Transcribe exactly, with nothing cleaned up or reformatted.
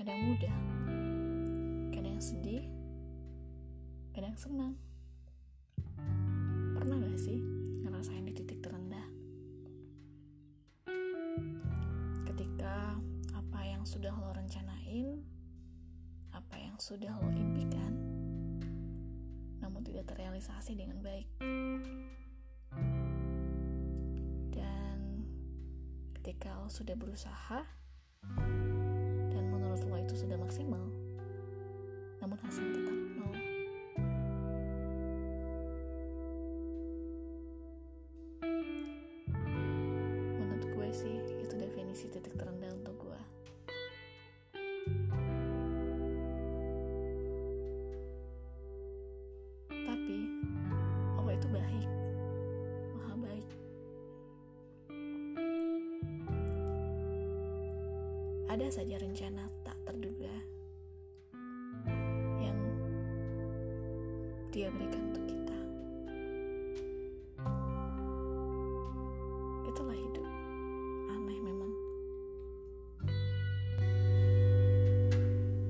Kadang mudah, kadang sedih, kadang senang. Pernah gak sih ngerasain di titik terendah? Ketika apa yang sudah lo rencanain, apa yang sudah lo impikan, namun tidak terrealisasi dengan baik. Dan ketika lo sudah berusaha, dan menurut lo itu sudah maksimal, namun hasil tetap nol. Menurut gue sih, itu definisi titik terendah untuk gue. Tapi Allah itu baik, maha baik. Ada saja rencana tak terduga yang Dia berikan untuk kita. Itulah hidup.